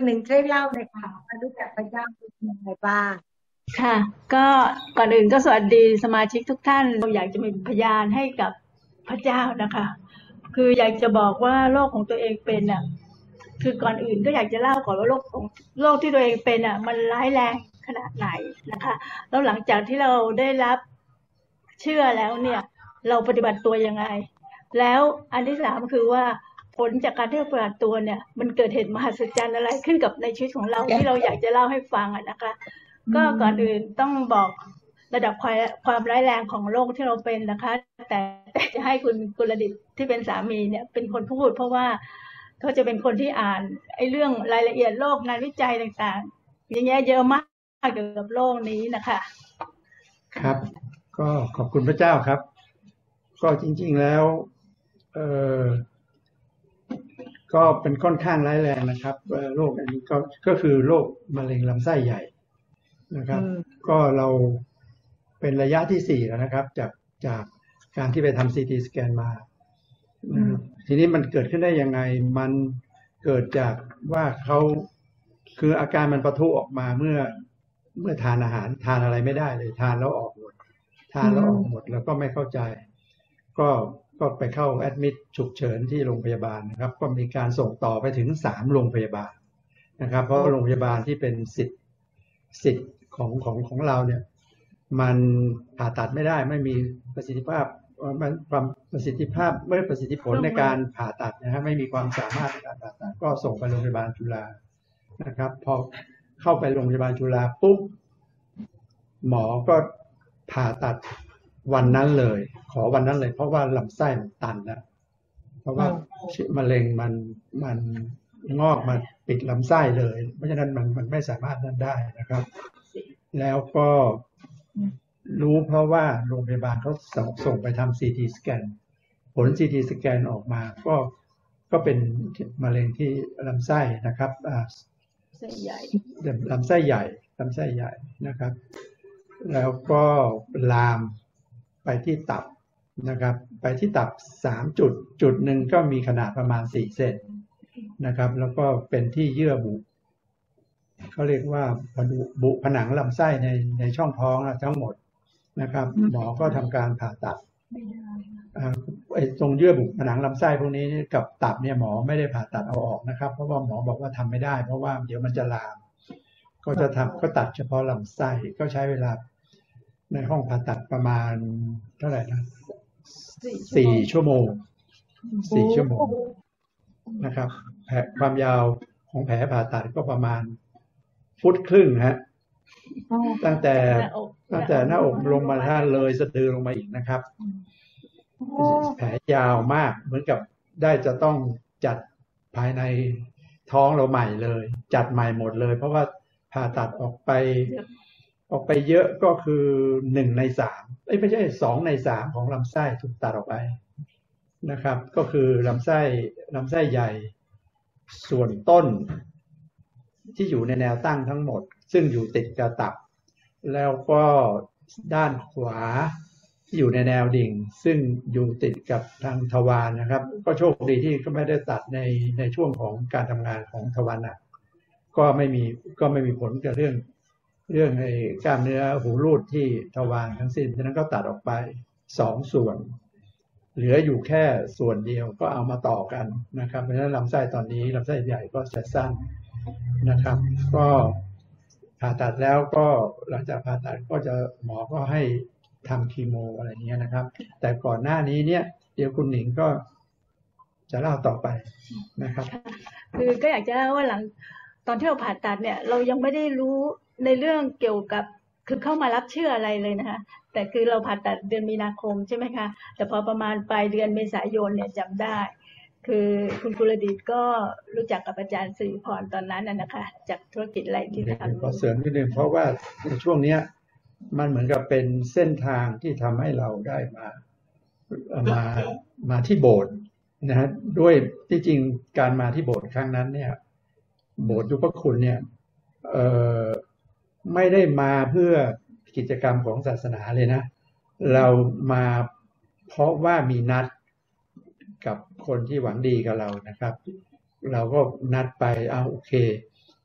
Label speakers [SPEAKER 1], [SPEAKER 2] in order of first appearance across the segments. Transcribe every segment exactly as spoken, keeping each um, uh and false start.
[SPEAKER 1] คุณหนึ่งช่วยเล่าหน่อยค่ะว่ารู้จักพระเจ้าเป็นยังไงบ้าง
[SPEAKER 2] ค่ะก็ก่อนอื่นก็สวัสดีสมาชิกทุกท่านเราอยากจะเป็นพยานให้กับพระเจ้านะคะคืออยากจะบอกว่าโรคของตัวเองเป็นอ่ะคือก่อนอื่นก็อยากจะเล่าก่อนว่าโรคของโรคที่ตัวเองเป็นอ่ะมันร้ายแรงขนาดไหนนะคะแล้วหลังจากที่เราได้รับเชื่อแล้วเนี่ยเราปฏิบัติตัวยังไงแล้วอันที่สามคือว่าผลจากการที่เราปฏิบัติตัวเนี่ยมันเกิดเหตุมหัศจรรย์อะไรขึ้นกับในชีวิตของเราที่เราอยากจะเล่าให้ฟังอ่ะนะคะก็ก่อนอื่นต้องบอกระดับความความร้ายแรงของโรคที่เราเป็นนะคะแต่แต่จะให้คุณกุลดิษฐ์ที่เป็นสามีเนี่ยเป็นคนพูดเพราะว่าเขาจะเป็นคนที่อ่านไอ้เรื่องรายละเอียดโรคงานวิจัยต่างๆอย่างเงี้ยเยอะมากเกี่ยวกับโรคนี้นะคะ
[SPEAKER 3] ครับก็ขอบคุณพระเจ้าครับก็จริงๆแล้วเอ่อก็เป็นค่อนข้างร้ายแรงนะครับโรคอันนี้ก็ก็คือโรคมะเร็งลำไส้ใหญ่นะครับก็เราเป็นระยะที่สี่แล้วนะครับจากจากการที่ไปทำซีทีสแกนมาทีนี้มันเกิดขึ้นได้ยังไงมันเกิดจากว่าเขาคืออาการมันปะทุออกมาเมื่อเมื่อทานอาหารทานอะไรไม่ได้เลยทานแล้วออกหมดทานแล้วออกหมดแล้วก็ไม่เข้าใจก็ก็ไปเข้าแอดมิดฉุกเฉินที่โรงพยาบาลนะครับก็มีการส่งต่อไปถึงสามโรงพยาบาลนะครับเพราะโรงพยาบาลที่เป็นสิทธิ์สิทธิ์ของของของเราเนี่ยมันผ่าตัดไม่ได้ไม่มีประสิทธิภาพมันความประสิทธิภาพไม่ประสิทธิผลในการผ่าตัดนะฮะไม่มีความสามารถในการผ่าตัดก็ส่งไปโรงพยาบาลจุฬานะครับพอเข้าไปโรงพยาบาลจุฬาปุ๊บหมอก็ผ่าตัดวันนั้นเลยขอวันนั้นเลยเพราะว่าลำไส้มันตันแล้วเพราะว่ามะเร็งมันมันงอกมาปิดลำไส้เลยเพราะฉะนั้นมันมันไม่สามารถนั้นได้นะครับแล้วก็รู้เพราะว่าโรงพยาบาลเขาส่งไปทำซีทีสแกนผลซีทีสแกนออกมาก็ก็เป็นมะเร็งที่ลำไส้นะครับ
[SPEAKER 2] ไส้ใหญ่
[SPEAKER 3] ลำไส้ใหญ่ลำไส้ใหญ่นะครับแล้วก็ลามไปที่ตับนะครับไปที่ตับสามจุดจุดหนึ่งก็มีขนาดประมาณสี่เซนนะครับแล้วก็เป็นที่เยื่อบุเขาเรียกว่าบุผนังลำไส้ในในช่องท้องทั้งหมดนะครับหมอก็ทำการผ่าตัดไอ้ตรงเยื่อบุผนังลำไส้พวกนี้กับตับเนี่ยหมอไม่ได้ผ่าตัดเอาออกนะครับเพราะว่าหมอบอกว่าทำไม่ได้เพราะว่าเดี๋ยวมันจะลามก็จะทำก็ตัดเฉพาะลำไส้ก็ใช้เวลาในห้องผ่าตัดประมาณเท่าไหร่นะสี่ชั่วโมงสี่ชั่วโมงนะครับแผลความยาวของแผลผ่าตัดก็ประมาณฟุตครึ่งฮะตั้งแต่ตั้งแต่หน้าอกลงมาท่าเลยสะดือลงมาอีกนะครับแผลยาวมากเหมือนกับได้จะต้องจัดภายในท้องเราใหม่เลยจัดใหม่หมดเลยเพราะว่าผ่าตัดออกไปออกไปเยอะก็คือหนึ่งในสามเอ้ยไม่ใช่สองในสามของลำไส้ถูกตัดออกไปนะครับก็คือลำไส้ลำไส้ใหญ่ส่วนต้นที่อยู่ในแนวตั้งทั้งหมดซึ่งอยู่ติดกับตับแล้วก็ด้านขวาที่อยู่ในแนวดิ่งซึ่งอยู่ติดกับทางทวารนะครับก็โชคดีที่ก็ไม่ได้ตัดในในช่วงของการทำงานของทวารหนักก็ไม่มีก็ไม่มีผลกับเรื่องเรื่องไอ้กล้ามเนื้อหูรูดที่ทวารทั้งสิ้นฉะนั้นก็ตัดออกไปสองส่วนเหลืออยู่แค่ส่วนเดียวก็เอามาต่อกันนะครับเพราะฉะนั้นลำไส้ตอนนี้ลำไส้ใหญ่ก็จะสั้นนะครับก็ผ่าตัดแล้วก็หลังจากผ่าตัดก็จะหมอก็ให้ทำคีโมอะไรเงี้ยนะครับแต่ก่อนหน้านี้เนี่ยเดี๋ยวคุณหนิงก็จะเล่าต่อไปนะครับ
[SPEAKER 2] คือก็อยากจะเล่าว่าหลังตอนที่เราผ่าตัดเนี่ยเรายังไม่ได้รู้ในเรื่องเกี่ยวกับคือเข้ามารับเชื่ออะไรเลยนะคะแต่คือเราผ่าตัดเดือนมีนาคมใช่ไหมคะแต่พอประมาณปลายเดือนเมษายนเนี่ยจำได้คือคุณกุลดิษฐ์ก็รู้จักกับอาจารย์สิริพรตอนนั้นนะคะจากธุรกิจอะไรที่ทำ
[SPEAKER 3] ขอเสริมนิดนึงเพราะว่าในช่วงเนี้ยมันเหมือนกับเป็นเส้นทางที่ทำให้เราได้มามามาที่โบสถ์นะฮะด้วยที่จริงการมาที่โบสถ์ครั้งนั้นเนี่ยโบสถ์ยุพคุณเนี่ยเอ่อไม่ได้มาเพื่อกิจกรรมของศาสนาเลยนะเรามาเพราะว่ามีนัดกับคนที่หวังดีกับเรานะครับเราก็นัดไปเอาโอเค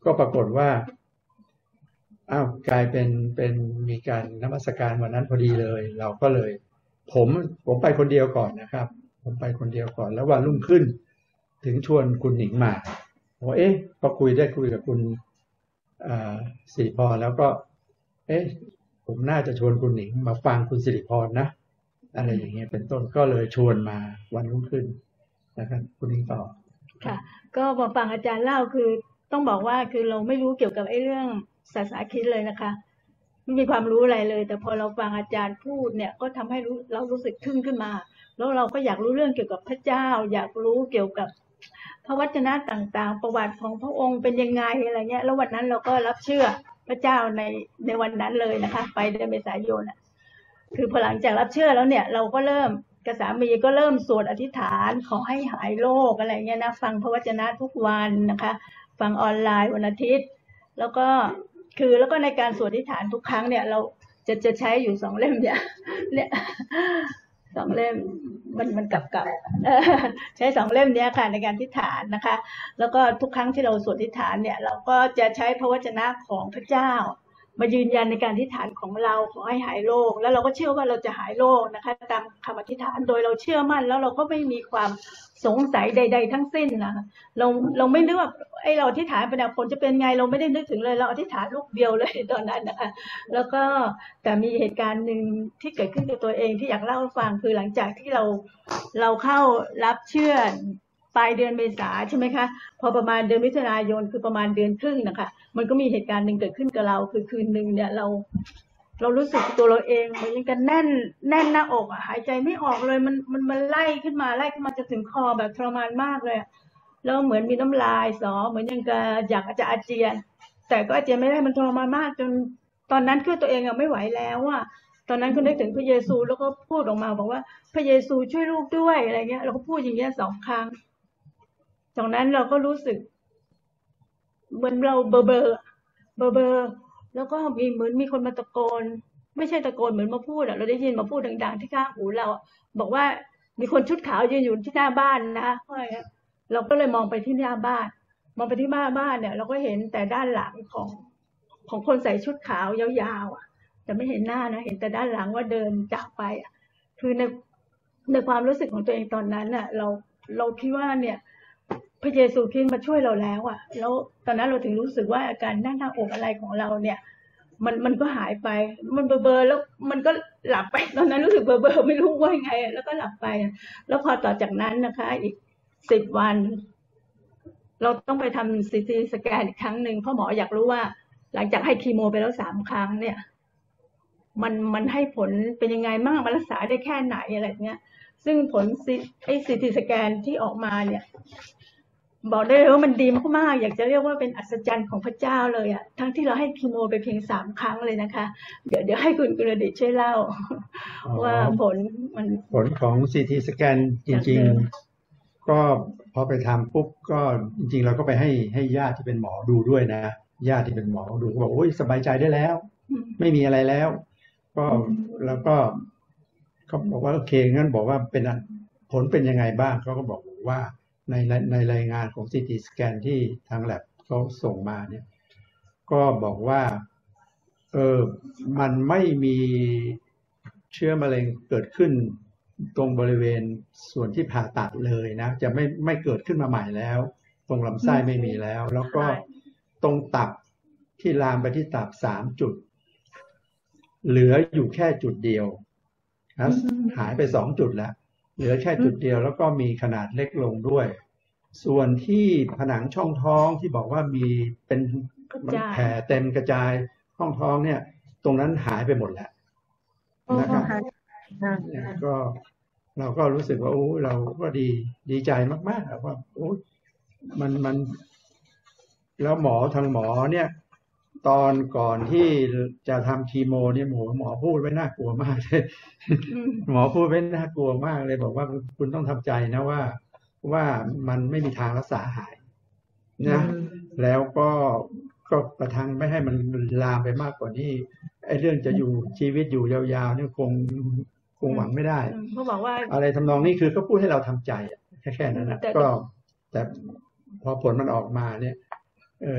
[SPEAKER 3] ก็ปรากฏว่าอ้าวกลายเป็นเป็นมีการนมัสการวันนั้นพอดีเลย เราก็เลย ผมผมไปคนเดียวก่อนนะครับ ผมไปคนเดียวก่อนแล้ววันรุ่งขึ้น ถึงชวนคุณหนิงมาว่าเอ๊ะพอคุยได้คุยกับคุณสิริพรแล้วก็ เอ๊ะผมน่าจะชวนคุณหนิงมาฟังคุณสิริพรนะอะไรอย่างเงี้ยเป็นต้นก็เลยชวนมาวันรุ่งขึ้นนะครับคุณหนิงต่อ
[SPEAKER 2] ค่ะ ก็มาฟังอาจารย์เล่าคือต้องบอกว่าคือเราไม่รู้เกี่ยวกับไอ้เรื่องศาสนาคริสต์เลยนะคะไม่มีความรู้อะไรเลย แต่พอเราฟังอาจารย์พูดเนี่ยก็ทำให้รู้เรารู้สึกทึ่งขึ้นมาแล้วเราก็อยากรู้เรื่องเกี่ยวกับพระเจ้าอยากรู้เกี่ยวกับพระวจนะต่างๆประวัติของพระองค์เป็นยังไงอะไรเงี้ยแล้ววันนั้นเราก็รับเชื่อพระเจ้าในในวันนั้นเลยนะคะไปเดือนเมษายนอ่ะคือพอหลังจากรับเชื่อแล้วเนี่ยเราก็เริ่มกับสามีก็เริ่มสวดอธิษฐานขอให้หายโรคอะไรเงี้ยนะฟังพระวจนะทุกวันนะคะฟังออนไลน์วันอาทิตย์แล้วก็คือแล้วก็ในการสวดอธิษฐานทุกครั้งเนี่ยเราจะจะใช้อยู่สองเล่มเนี่ยเนี่ยสองเล่มมันมันกับกับใช้สองเล่มนี้ค่ะในการอธิษฐานนะคะแล้วก็ทุกครั้งที่เราสวดอธิษฐานเนี่ยเราก็จะใช้พระวจนะของพระเจ้ามายืนยันในการอธิษฐานของเราขอให้หายโรคแล้วเราก็เชื่อว่าเราจะหายโรคนะคะตามคำอธิษฐานโดยเราเชื่อมั่นแล้วเราก็ไม่มีความสงสัยใดๆทั้งสิ้นนะคะเราเราไม่นึกว่าไอ้เราอธิษฐานไปเนี่ยผลจะเป็นไงเราไม่ได้นึกถึงเลยเราอธิษฐานลูกเดียวเลยตอนนั้นนะคะแล้วก็แต่มีเหตุการณ์หนึ่งที่เกิดขึ้นกับตัวเองที่อยากเล่าให้ฟังคือหลังจากที่เราเราเข้ารับเชื่อปลายเดือนเมษาใช่ไหมคะพอประมาณเดือนมิถุนายนคือประมาณเดือนครึ่งนะคะมันก็มีเหตุการณ์หนึ่งเกิดขึ้นกับเราคือคืนนึงเนี่ยเราเรารู้สึกตัวเราเองเหมือนกันแน่นแน่นหน้าอกอ่ะหายใจไม่ออกเลยมันมันมันไล่ขึ้นมาไล่ขึ้นมาจะถึงคอแบบทรมานมากเลยแล้วเหมือนมีน้ำลายสอเหมือนยังกับอยากจะอาเจียนแต่ก็อาเจียนไม่ได้มันทรมานมากจนตอนนั้นคือตัวเองอ่ะไม่ไหวแล้วอ่ะตอนนั้นก็นึกถึงพระเยซูแล้วก็พูดออกมาบอกว่าพระเยซูช่วยลูกด้วยอะไรเงี้ยเราก็พูดอย่างเงี้ยสองครั้งจากนั้นเราก็รู้สึกเหมือนเราเบอเบอเบอเบอแล้วก็มีเหมือนมีคนมาตะโกนไม่ใช่ตะโกนเหมือนมาพูดอะเราได้ยินมาพูดดังๆที่ข้างหูเราบอกว่ามีคนชุดขาวยืนอยู่ที่หน้าบ้านนะเราก็เลยมองไปที่หน้าบ้านมองไปที่หน้าบ้านเนี่ยเราก็เห็นแต่ด้านหลังของของคนใส่ชุดขาวยาวๆอ่ะแต่ไม่เห็นหน้านะเห็นแต่ด้านหลังว่าเดินจากไปอ่ะคือในในความรู้สึกของตัวเองตอนนั้นอ่ะเราเราคิดว่าเนี่ยพระเยซูคริสต์มาช่วยเราแล้วอ่ะแล้วตอนนั้นเราถึงรู้สึกว่าอาการแน่นหน้าอกอะไรของเราเนี่ยมันมันก็หายไปมันเบอเบอแล้วมันก็หลับไปตอนนั้นรู้สึกเบอเบอไม่รู้ว่าไงแล้วก็หลับไปแล้วพอต่อจากนั้นนะคะอีกสิบวันเราต้องไปทำซีทีสแกนอีกครั้งหนึ่งเพราะหมออยากรู้ว่าหลังจากให้คีโมไปแล้วสามครั้งเนี่ยมันมันให้ผลเป็นยังไงบ้างมันรักษาได้แค่ไหนอะไรเงี้ยซึ่งผลไอ้ซีทีสแกนที่ออกมาเนี่ยบอกได้เลยว่ามันดีมากๆอยากจะเรียกว่าเป็นอัศจรรย์ของพระเจ้าเลยอ่ะทั้งที่เราให้คีโมไปเพียงสามครั้งเลยนะคะเดี๋ยวเดี๋ยวให้คุณกระดิษฐ์ช่วยเล่าว่าผลมัน
[SPEAKER 3] ผลของซีทีสแกนจริงๆก็พอไปทำปุ๊บก็จริงๆเราก็ไปให้ให้ญาติที่เป็นหมอดูด้วยนะญาติที่เป็นหมอดูก็บอกโอ้ยสบายใจได้แล้วไม่มีอะไรแล้วก็แล้วก็เขาบอกว่าโอเคงั้นบอกว่าเป็นผลเป็นยังไงบ้างเขาก็บอกว่าในในรายงานของซีทีสแกนที่ทางแลบเขาส่งมาเนี่ยก็บอกว่าเออมันไม่มีเชื้อมะเร็งเกิดขึ้นตรงบริเวณส่วนที่ผ่าตัดเลยนะจะไม่ไม่เกิดขึ้นมาใหม่แล้วตรงลำไส้ไม่มีแล้วแล้วก็ตรงตับที่ลามไปที่ตับสามจุดเหลืออยู่แค่จุดเดียวนะหายไปสองจุดแล้วเหลือแค่จุดเดียวแล้วก็มีขนาดเล็กลงด้วยส่วนที่ผนังช่องท้องที่บอกว่ามีเป็นแผลเต็มกระจายช่องท้องเนี่ยตรงนั้นหายไปหมดแล้วนะครับก็เราก็รู้สึกว่าโอ้เราก็ดีดีใจมากๆว่าโอ้มันมันแล้วหมอทางหมอเนี่ยตอนก่อนที่จะทำคีโมเนี่ยหมอหมอพูดไว้น่ากลัวมากเลยหมอพูดไว้น่ากลัวมากเลยบอกว่าคุณต้องทำใจนะว่าว่ามันไม่มีทางรักษาหายนะแล้วก็ก็ประทังไม่ให้มันลามไปมากกว่านี้ไอ้เรื่องจะอยู่ชีวิตอยู่ยาวๆนี่คงคงหวังไม่ได้
[SPEAKER 2] เขาบอกว่า
[SPEAKER 3] อะไรทำนองนี้คือก็พูดให้เราทำใจแค่แค่นั้นนะก็แต่พอผลมันออกมาเนี่ยเออ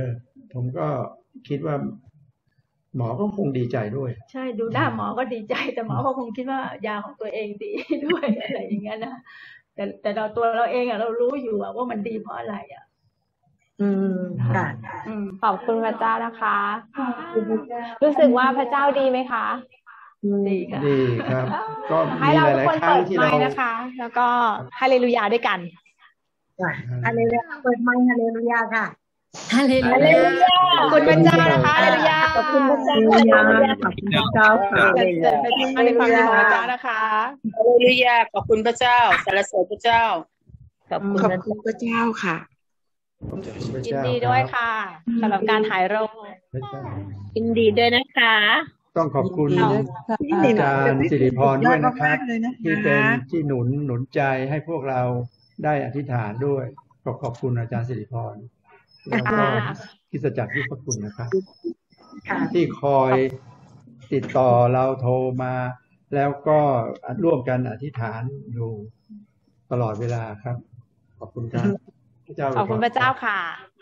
[SPEAKER 3] ผมก็คิดว่า หมอก็คงดีใจด้วย
[SPEAKER 2] ใช่ดูหน้าหมอก็ดีใจแต่หมอก็คงคิดว่ายาของตัวเองดีด้วย อะไรอย่างเงี้ยนะแต่แต่เราตัวเราเองอะเรารู้อยู่อะว่ามันดีเพราะอะไรอะ
[SPEAKER 1] อืมค่ะ
[SPEAKER 4] อืมขอบคุณพระเจ้านะคะ รู้สึกว่าพระเจ้าดีไหมคะ
[SPEAKER 2] ดีค่ะ
[SPEAKER 3] ดีครับ ก็
[SPEAKER 4] ให้
[SPEAKER 3] มี
[SPEAKER 4] เรา
[SPEAKER 3] ห
[SPEAKER 4] ทุก
[SPEAKER 3] ลาย
[SPEAKER 4] คน
[SPEAKER 3] ๆ ครั้
[SPEAKER 4] เปิ
[SPEAKER 3] ง
[SPEAKER 4] ด
[SPEAKER 3] ที่
[SPEAKER 4] ไม
[SPEAKER 3] เรา
[SPEAKER 4] ค์นะคะ แล้วก็ฮาเลลูยาด้วยกัน
[SPEAKER 1] ค่ะฮาเลลูยาเปิดไมค์ฮาเลลูยาค่ะ
[SPEAKER 2] ฮาเล
[SPEAKER 4] ฮาเล
[SPEAKER 2] ลู
[SPEAKER 4] ลู
[SPEAKER 2] ยาย
[SPEAKER 4] าขอบคุณพระเจ้านะคะฮาเลลูยา
[SPEAKER 1] ขอบคุณพระเจ้า
[SPEAKER 4] ฮาเลลูยา
[SPEAKER 1] ขอบคุณพระเจ้าค่ะ
[SPEAKER 4] เกิดเกิดเป็นมาในความดีของพระเจ้านะคะ
[SPEAKER 5] ฮาเลลูยาขอบคุณพระเจ้าสรรเสริญพระเจ้า
[SPEAKER 1] ขอบคุณ
[SPEAKER 6] ขอบคุณพระเจ้าค่ะ
[SPEAKER 4] ยินดีด้วยค่ะสำหรับการหายโรค
[SPEAKER 3] พระเจ้า
[SPEAKER 6] ยินดีด้วยนะคะ
[SPEAKER 3] ต้องขอบคุณ
[SPEAKER 4] เอา
[SPEAKER 3] อาจารย์สิริพรด้วยนะครับ ที่เป็นที่หนุนหนุนใจให้พวกเราได้อธิษฐานด้วยขอขอบคุณอาจารย์สิริพรแล้วก็คริสตจักรที่พระคุณนะครับ ที่คอยติดต่อเราโทรมา แล้วก็ร่วมกันอธิษฐานอยู่ตลอดเวลาครับ ขอบคุณครับพระเจ้า
[SPEAKER 4] ขอบคุณพระเจ้าค่ะ